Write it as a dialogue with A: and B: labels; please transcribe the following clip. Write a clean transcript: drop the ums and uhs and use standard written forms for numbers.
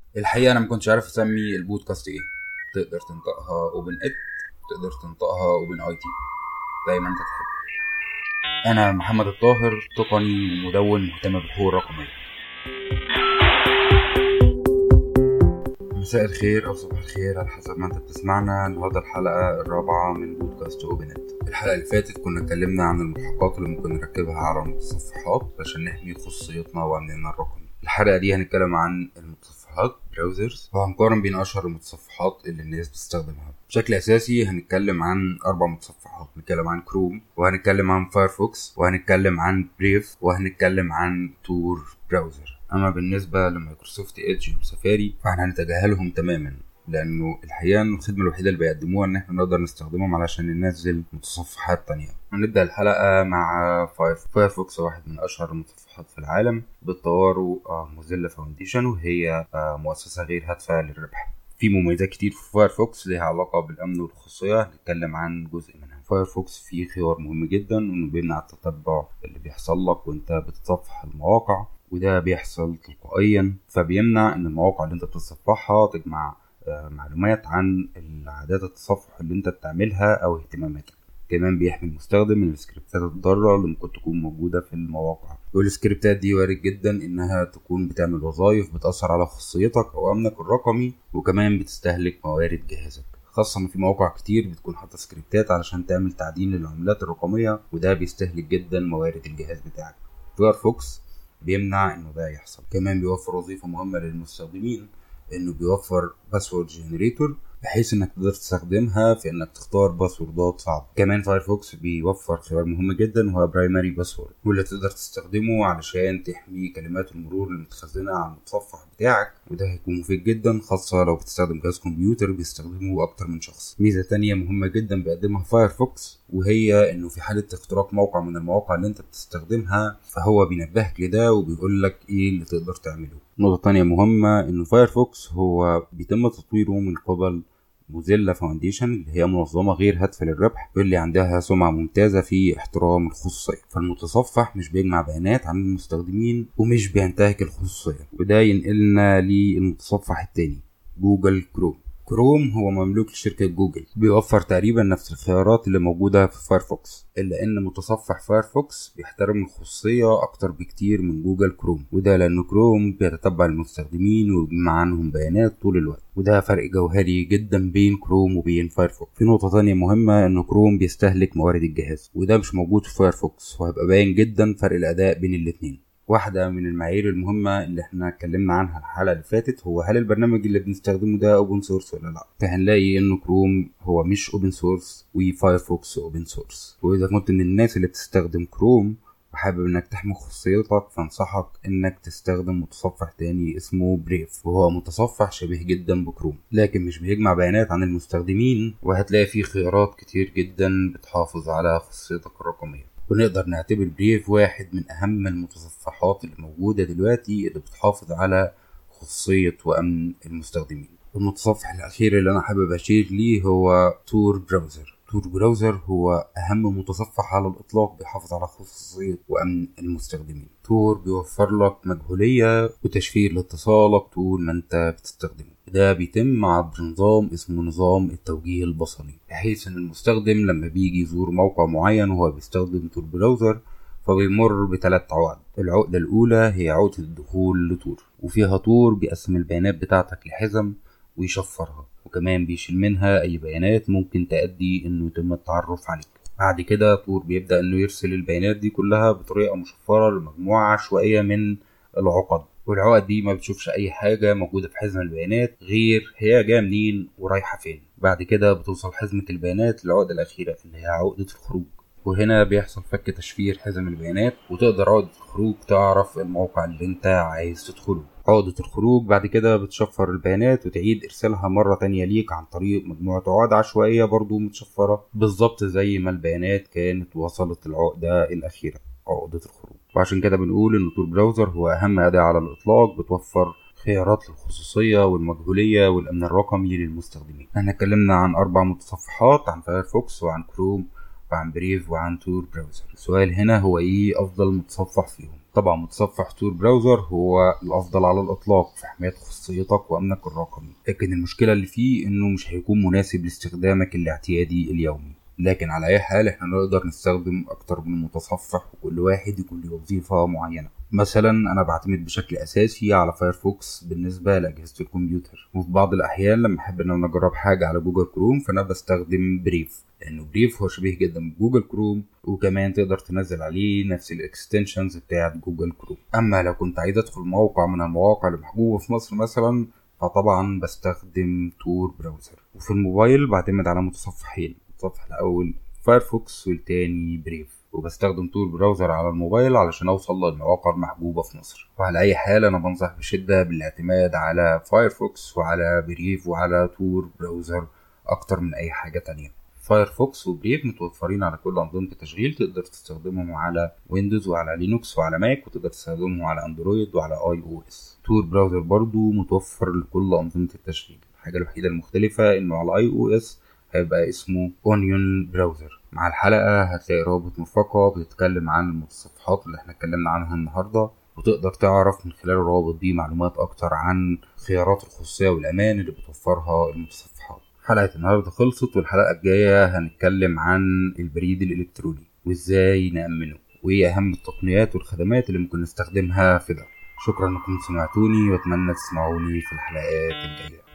A: الحقيقة أنا ما كنتش عارف أسمي البودكاست إيه. تقدر تنطقها أوبن إت، تقدر تنطقها أوبن أي تي، زي ما أنت تحب. أنا محمد الطاهر، تقني ومدون مهتم بالحقوق الرقمية. مساء الخير أو صباح الخير على حسب ما أنت بتسمعنا. النهاردة الحلقة الرابعة من بودكاست أوبن إت. الحلقة اللي فاتت كنا اتكلمنا عن الملحقات اللي ممكن نركبها على المتصفحات عشان نحمي خصوصيتنا وأمننا الرقمي. الحلقة دي هنتكلم عن المتصفحات براوزرز، وهنقارن بين أشهر المتصفحات اللي الناس بتستخدمها. بشكل أساسي هنتكلم عن 4 متصفحات. هنتكلم عن كروم، وهنتكلم عن فايرفوكس، وهنتكلم عن بريف، وهنتكلم عن تور براوزر. أما بالنسبة لمايكروسوفت إيدج وسفاري فاحنا هنتجاهلهم تماما، لأنه الحقيقة الخدمة الوحيدة اللي بيقدموها إن احنا نقدر نستخدمهم علشان ننزل متصفحات تانية. هنبدأ الحلقة مع فايرفوكس، واحد من أشهر المتصفحات في العالم بتطوره موزيلا فاونديشن، وهي مؤسسة غير هادفة للربح. في مميزات كتير في فايرفوكس ليها علاقة بالأمن والخصوصية، هنتكلم عن جزء منها. فايرفوكس فيه خيار مهم جدا إنه بيمنع التتبع اللي بيحصل لك وأنت بتتصفح المواقع، وده بيحصل تلقائيا، فبيمنع ان المواقع اللي انت بتتصفحها تجمع معلومات عن عادات التصفح اللي انت بتعملها او اهتماماتك. كمان بيحمي المستخدم من السكريبتات الضارة اللي ممكن تكون موجودة في المواقع، والسكريبتات دي وارد جدا انها تكون بتعمل وظائف بتأثر على خصوصيتك او امنك الرقمي، وكمان بتستهلك موارد جهازك، خاصة ان في مواقع كتير بتكون حاطة سكريبتات علشان تعمل تعديل للعملات الرقمية، وده بيستهلك جدا موارد الجهاز بتاعك. فايرفوكس بيمنع انه ده يحصل. كمان بيوفر وظيفة مهمة للمستخدمين، انه بيوفر باسورد جنريتور بحيث انك تقدر تستخدمها في انك تختار باسوردات صعبة. كمان فايرفوكس بيوفر خيار مهم جدا وهو برايمري باسورد، واللي تقدر تستخدمه علشان تحمي كلمات المرور المتخزنة على المتصفح بتاعك، وده هيكون مفيد جدا خاصة لو بتستخدم جهاز كمبيوتر بيستخدمه اكتر من شخص. ميزة تانية مهمة جدا بيقدمها فايرفوكس، وهي انه في حالة اختراق موقع من المواقع اللي انت بتستخدمها فهو بينبهك لده وبيقول لك ايه اللي تقدر تعمله. نقطة تانية مهمة انه فايرفوكس هو بيتم تطويره من قبل موزيلا فاونديشن، اللي هي منظمة غير هادفة للربح واللي عندها سمعة ممتازة في احترام الخصوصية. فالمتصفح مش بيجمع بيانات عن المستخدمين ومش بينتهك الخصوصية، وده ينقلنا للمتصفح التاني، جوجل كروم. كروم هو مملوك لشركة جوجل، بيوفر تقريبا نفس الخيارات اللي موجودة في فايرفوكس، إلا إن متصفح فايرفوكس بيحترم الخصوصية أكتر بكتير من جوجل كروم، وده لأن كروم بيتتبع المستخدمين ويجمع عنهم بيانات طول الوقت، وده فرق جوهري جدا بين كروم وبين فايرفوكس. في نقطة تانية مهمة، إن كروم بيستهلك موارد الجهاز، وده مش موجود في فايرفوكس، وهيبقى باين جدا فرق الأداء بين الاتنين. واحدة من المعايير المهمة اللي احنا اتكلمنا عنها الحلقة اللي فاتت هو هل البرنامج اللي بنستخدمه ده اوبن سورس ولا لا. فهنلاقي انه كروم هو مش اوبن سورس وفايرفوكس اوبن سورس. واذا كنت من الناس اللي بتستخدم كروم وحابب انك تحمي خصوصيتك، فانصحك انك تستخدم متصفح تاني اسمه بريف، وهو متصفح شبيه جدا بكروم لكن مش بيجمع بيانات عن المستخدمين، وهتلاقي فيه خيارات كتير جدا بتحافظ على خصوصيتك الرقمية. ونقدر نعتبر بريف واحد من أهم المتصفحات اللي موجودة دلوقتي اللي بتحافظ على خصوصية وأمن المستخدمين. المتصفح الأخير اللي أنا حابب أشير ليه هو تور براوزر. تور براوزر هو أهم متصفح على الإطلاق بيحافظ على خصوصية وأمن المستخدمين. تور بيوفر لك مجهولية وتشفير لاتصالك طول ما أنت بتستخدمه. ده بيتم عبر نظام اسمه نظام التوجيه البصري، بحيث ان المستخدم لما بيجي يزور موقع معين وهو بيستخدم تور براوزر فبيمر ب3 عقد. العقدة الأولى هي عقدة الدخول لتور، وفيها تور بيقسم البيانات بتاعتك لحزم ويشفرها، وكمان بيشيل منها أي بيانات ممكن تؤدي إنه يتم التعرف عليك. بعد كده تور بيبدأ إنه يرسل البيانات دي كلها بطريقة مشفرة لمجموعة عشوائية من العقد، والعقد دي ما بتشوفش اي حاجة موجودة في حزمة البيانات غير هي جاية منين ورايحة فين. بعد كده بتوصل حزمة البيانات للعقدة الأخيرة اللي هي عقدة الخروج، وهنا بيحصل فك تشفير حزم البيانات، وتقدر عقدة الخروج تعرف الموقع اللي انت عايز تدخله. عقدة الخروج بعد كده بتشفر البيانات وتعيد ارسالها مرة تانية ليك عن طريق مجموعة عقد عشوائية برضو متشفرة بالظبط زي ما البيانات كانت وصلت العقدة الأخيرة، عقدة الخروج. وعشان كده بنقول ان تور براوزر هو اهم أداة على الإطلاق بتوفر خيارات للخصوصية والمجهولية والأمن الرقمي للمستخدمين. احنا اتكلمنا عن 4 متصفحات، عن فايرفوكس وعن كروم وعن بريف وعن تور براوزر. السؤال هنا هو ايه افضل متصفح فيهم؟ طبعا متصفح تور براوزر هو الافضل على الاطلاق في حماية خصوصيتك وامنك الرقمي، لكن المشكلة اللي فيه انه مش هيكون مناسب لاستخدامك الاعتيادي اليومي. لكن على اي حال احنا نقدر نستخدم اكتر من متصفح، وكل واحد يكون له وظيفة معينة. مثلا انا بعتمد بشكل اساسي على فايرفوكس بالنسبة لاجهزة الكمبيوتر، وفي بعض الاحيان لما احب ان انا اجرب حاجة على جوجل كروم فانا بستخدم بريف، لانه بريف هو شبيه جدا بجوجل كروم، وكمان تقدر تنزل عليه نفس الاكستنشنز بتاعت جوجل كروم. اما لو كنت عايز ادخل موقع من المواقع اللي محبوبة في مصر مثلا، فطبعا بستخدم تور براوزر. وفي الموبايل بعتمد على متصفحين، المتصفح الاول فايرفوكس والتاني بريف، وبستخدم تور براوزر على الموبايل علشان اوصل للمواقع المحبوبة في مصر. وعلى اي حال انا بنصح بشدة بالاعتماد على فايرفوكس وعلى بريف وعلى تور براوزر اكتر من اي حاجة تانية. فايرفوكس وبريف متوفرين على كل أنظمة التشغيل، تقدر تستخدمهم على ويندوز وعلى لينوكس وعلى ماك، وتقدر تستخدمهم على اندرويد وعلى اي او اس. تور براوزر برضو متوفر لكل أنظمة التشغيل، الحاجة الوحيدة المختلفة انه على اي او اس هيبقى اسمه اونيون براوزر. مع الحلقة هتلاقي رابط مرفقة بتتكلم عن المتصفحات اللي احنا اتكلمنا عنها النهاردة، وتقدر تعرف من خلال الرابط دي معلومات اكتر عن خيارات الخصوصية والامان اللي بتوفرها المتصفحات. حلقة النهاردة خلصت، والحلقة الجاية هنتكلم عن البريد الإلكتروني وإزاي نأمنه، وإيه أهم التقنيات والخدمات اللي ممكن نستخدمها في ده. شكرا إنكم سمعتوني، وأتمنى تسمعوني في الحلقات الجاية.